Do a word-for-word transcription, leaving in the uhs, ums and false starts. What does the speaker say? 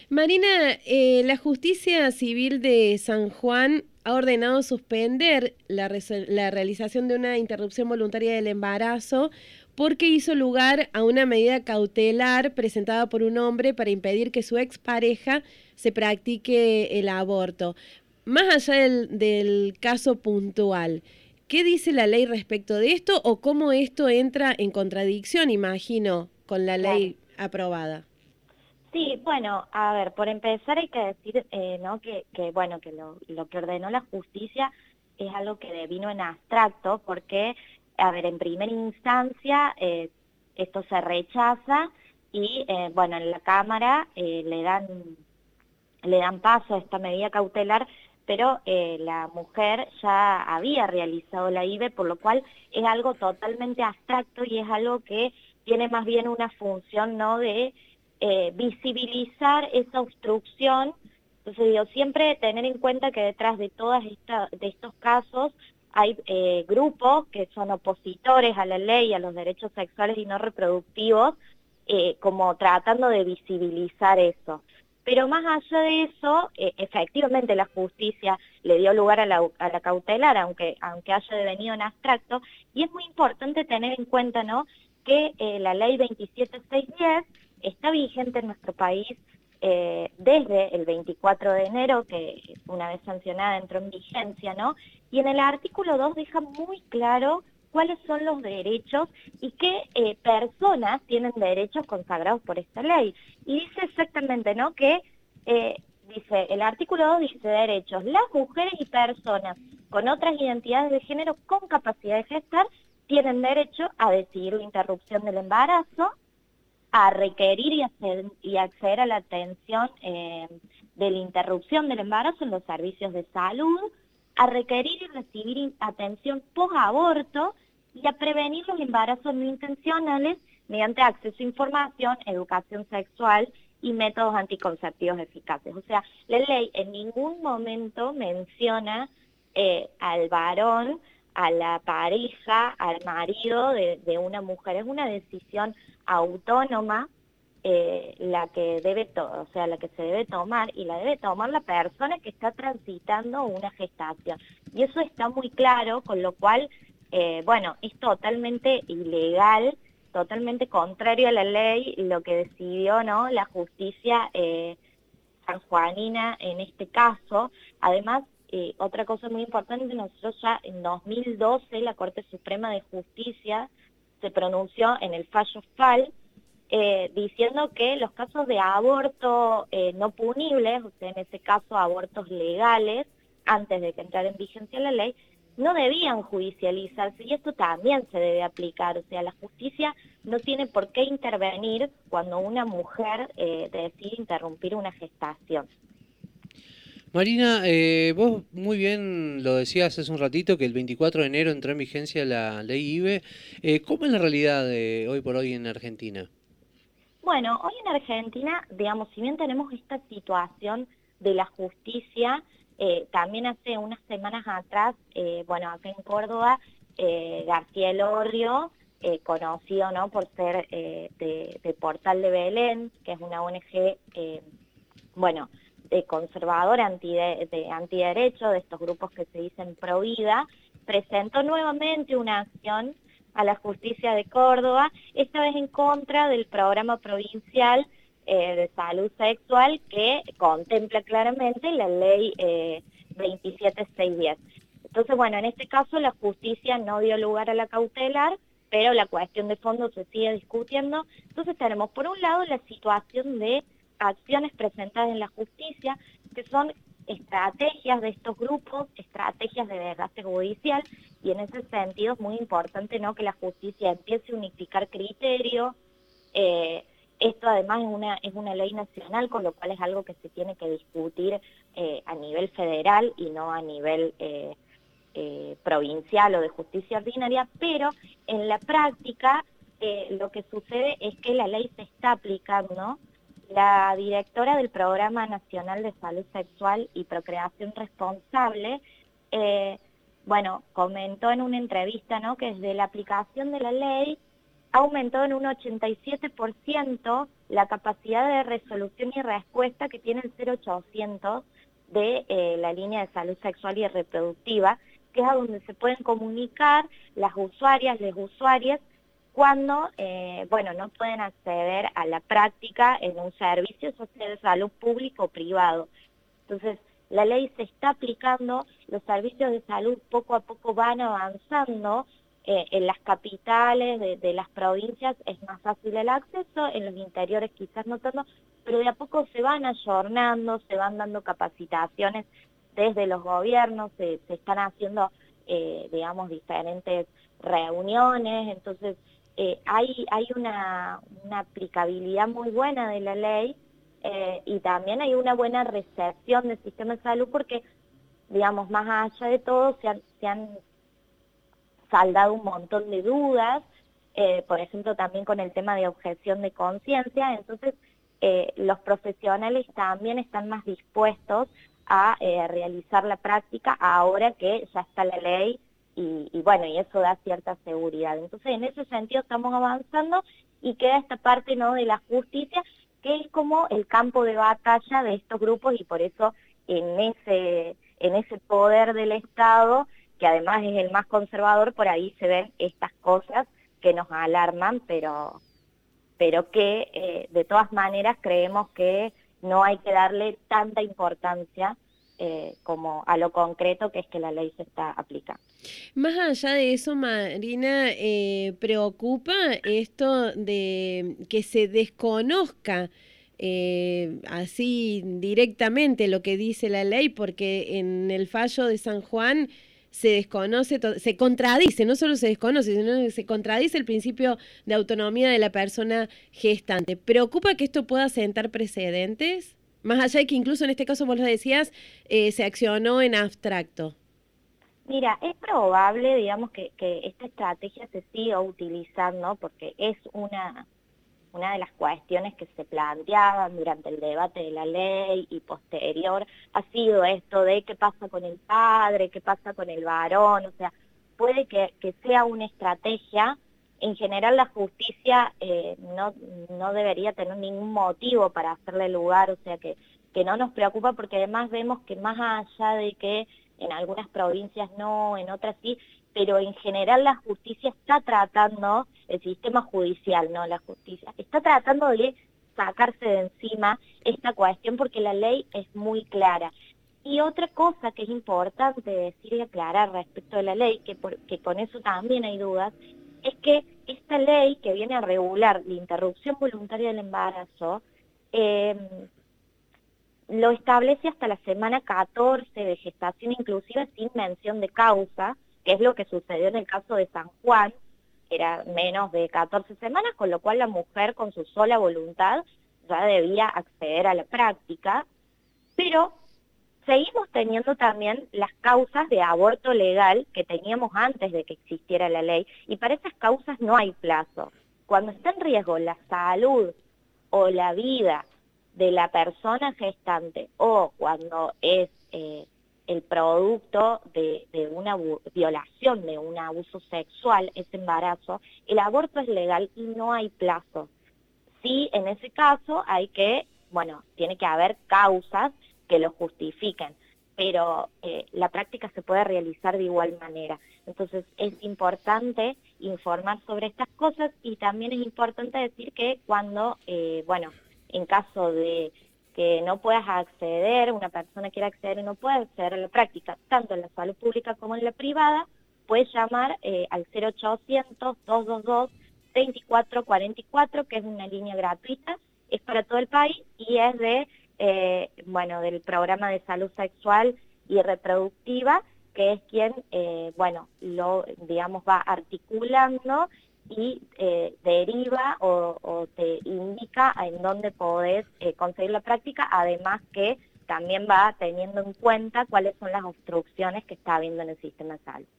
Marina, eh, la Justicia Civil de San Juan ha ordenado suspender la, resol- la realización de una interrupción voluntaria del embarazo porque hizo lugar a una medida cautelar presentada por un hombre para impedir que su expareja se practique el aborto. Más allá del, del caso puntual, ¿qué dice la ley respecto de esto o cómo esto entra en contradicción, imagino, con la Claro. ley aprobada? Sí, bueno, a ver, por empezar hay que decir, eh, ¿no? que, que, bueno, que lo, lo que ordenó la justicia es algo que vino en abstracto, porque, a ver, en primera instancia eh, esto se rechaza y, eh, bueno, en la Cámara eh, le dan le dan paso a esta medida cautelar, pero eh, la mujer ya había realizado la I V E, por lo cual es algo totalmente abstracto y es algo que tiene más bien una función, ¿no?, de eh, visibilizar esa obstrucción. Entonces digo, siempre tener en cuenta que detrás de todas esta, de estos casos hay eh, grupos que son opositores a la ley, a los derechos sexuales y no reproductivos, eh, como tratando de visibilizar eso. Pero más allá de eso, eh, efectivamente la justicia le dio lugar a la, a la cautelar, aunque, aunque haya devenido en abstracto, y es muy importante tener en cuenta, ¿no?, que eh, la ley veintisiete mil seiscientos diez está vigente en nuestro país eh, desde el veinticuatro de enero, que una vez sancionada entró en vigencia, ¿no? Y en el artículo dos deja muy claro cuáles son los derechos y qué eh, personas tienen derechos consagrados por esta ley. Y dice exactamente, ¿no?, que eh, dice, el artículo dos dice derechos, las mujeres y personas con otras identidades de género con capacidad de gestar tienen derecho a decidir la interrupción del embarazo, a requerir y acceder, y acceder a la atención eh, de la interrupción del embarazo en los servicios de salud, a requerir y recibir atención post-aborto y a prevenir los embarazos no intencionales mediante acceso a información, educación sexual y métodos anticonceptivos eficaces. O sea, la ley en ningún momento menciona eh, al varón, a la pareja, al marido de, de una mujer. Es una decisión autónoma eh, la que debe to o sea, la que se debe tomar, y la debe tomar la persona que está transitando una gestación. Y eso está muy claro, con lo cual, eh, bueno, es totalmente ilegal, totalmente contrario a la ley, lo que decidió, ¿no?, la justicia eh, sanjuanina en este caso. Además, eh, otra cosa muy importante, nosotros ya en dos mil doce la Corte Suprema de Justicia se pronunció en el fallo FAL eh, diciendo que los casos de aborto eh, no punibles, o sea, en ese caso abortos legales, antes de que entrara en vigencia la ley, no debían judicializarse, y esto también se debe aplicar. O sea, la justicia no tiene por qué intervenir cuando una mujer eh, decide interrumpir una gestación. Marina, eh, vos muy bien lo decías hace un ratito que el veinticuatro de enero entró en vigencia la ley I V E. Eh, ¿cómo es la realidad de hoy por hoy en Argentina? Bueno, hoy en Argentina, digamos, si bien tenemos esta situación de la justicia, eh, también hace unas semanas atrás, eh, bueno, acá en Córdoba, eh, García Elorrio, eh, conocido, ¿no?, por ser eh, de, de Portal de Belén, que es una O N G, eh, bueno, de conservadora, antide, de antiderecho, de estos grupos que se dicen pro vida, presentó nuevamente una acción a la justicia de Córdoba, esta vez en contra del programa provincial eh, de salud sexual que contempla claramente la ley eh, veintisiete mil seiscientos diez. Entonces, bueno, en este caso la justicia no dio lugar a la cautelar, pero la cuestión de fondo se sigue discutiendo. Entonces tenemos, por un lado, la situación de acciones presentadas en la justicia, que son estrategias de estos grupos, estrategias de desgaste judicial, y en ese sentido es muy importante, ¿no?, que la justicia empiece a unificar criterios. Eh, esto además es una, es una ley nacional, con lo cual es algo que se tiene que discutir eh, a nivel federal y no a nivel eh, eh, provincial o de justicia ordinaria, pero en la práctica eh, lo que sucede es que la ley se está aplicando. La directora del Programa Nacional de Salud Sexual y Procreación Responsable, eh, bueno, comentó en una entrevista, ¿no?, que desde la aplicación de la ley ha aumentado en un ochenta y siete por ciento la capacidad de resolución y respuesta que tiene el cero ochocientos de eh, la línea de salud sexual y reproductiva, que es a donde se pueden comunicar las usuarias, les usuarias, cuando, eh, bueno, no pueden acceder a la práctica en un servicio, ya sea de salud público o privado. Entonces, la ley se está aplicando, los servicios de salud poco a poco van avanzando, eh, en las capitales de, de las provincias es más fácil el acceso, en los interiores quizás no tanto, pero de a poco se van ayornando, se van dando capacitaciones desde los gobiernos, se, se están haciendo, eh, digamos, diferentes reuniones, entonces eh, hay, hay una, una aplicabilidad muy buena de la ley, eh, y también hay una buena recepción del sistema de salud porque, digamos, más allá de todo, se han, se han saldado un montón de dudas, eh, por ejemplo, también con el tema de objeción de conciencia, entonces eh, los profesionales también están más dispuestos a eh, realizar la práctica ahora que ya está la ley y, y bueno, y eso da cierta seguridad. Entonces, en ese sentido estamos avanzando y queda esta parte, ¿no?, de la justicia, que es como el campo de batalla de estos grupos y por eso en ese, en ese poder del Estado, que además es el más conservador, por ahí se ven estas cosas que nos alarman, pero, pero que eh, de todas maneras creemos que no hay que darle tanta importancia eh, como a lo concreto que es que la ley se está aplicando. Más allá de eso, Marina, eh, preocupa esto de que se desconozca eh, así directamente lo que dice la ley, porque en el fallo de San Juan se desconoce, se contradice, no solo se desconoce, sino que se contradice el principio de autonomía de la persona gestante. ¿Preocupa que esto pueda sentar precedentes? Más allá de que incluso en este caso, vos lo decías, eh, se accionó en abstracto. Mira, es probable, digamos, que, que esta estrategia se siga utilizando porque es una, una de las cuestiones que se planteaban durante el debate de la ley y posterior, ha sido esto de qué pasa con el padre, qué pasa con el varón, o sea, puede que, que sea una estrategia. En general la justicia eh, no, no debería tener ningún motivo para hacerle lugar, o sea que, que no nos preocupa porque además vemos que más allá de que en algunas provincias no, en otras sí, pero en general la justicia está tratando, el sistema judicial, no la justicia, está tratando de sacarse de encima esta cuestión porque la ley es muy clara. Y otra cosa que es importante decir y aclarar respecto de la ley, que, por, que con eso también hay dudas, es que esta ley que viene a regular la interrupción voluntaria del embarazo, eh, lo establece hasta la semana catorce de gestación inclusiva sin mención de causa, que es lo que sucedió en el caso de San Juan, que era menos de catorce semanas, con lo cual la mujer con su sola voluntad ya debía acceder a la práctica, pero seguimos teniendo también las causas de aborto legal que teníamos antes de que existiera la ley, y para esas causas no hay plazo. Cuando está en riesgo la salud o la vida de la persona gestante o cuando es eh, el producto de, de una violación, de un abuso sexual, ese embarazo, el aborto es legal y no hay plazo. Sí, en ese caso hay que, bueno, tiene que haber causas que lo justifiquen, pero eh, la práctica se puede realizar de igual manera. Entonces es importante informar sobre estas cosas y también es importante decir que cuando, eh, bueno, en caso de que no puedas acceder, una persona quiera acceder y no puede acceder a la práctica, tanto en la salud pública como en la privada, puedes llamar eh, al cero ochocientos, dos dos dos, veinticuatro cuarenta y cuatro, que es una línea gratuita, es para todo el país y es de, eh, bueno, del programa de salud sexual y reproductiva, que es quien, eh, bueno, lo, digamos, va articulando y eh, deriva o, o te indica en dónde podés eh, conseguir la práctica, además que también va teniendo en cuenta cuáles son las obstrucciones que está habiendo en el sistema de salud.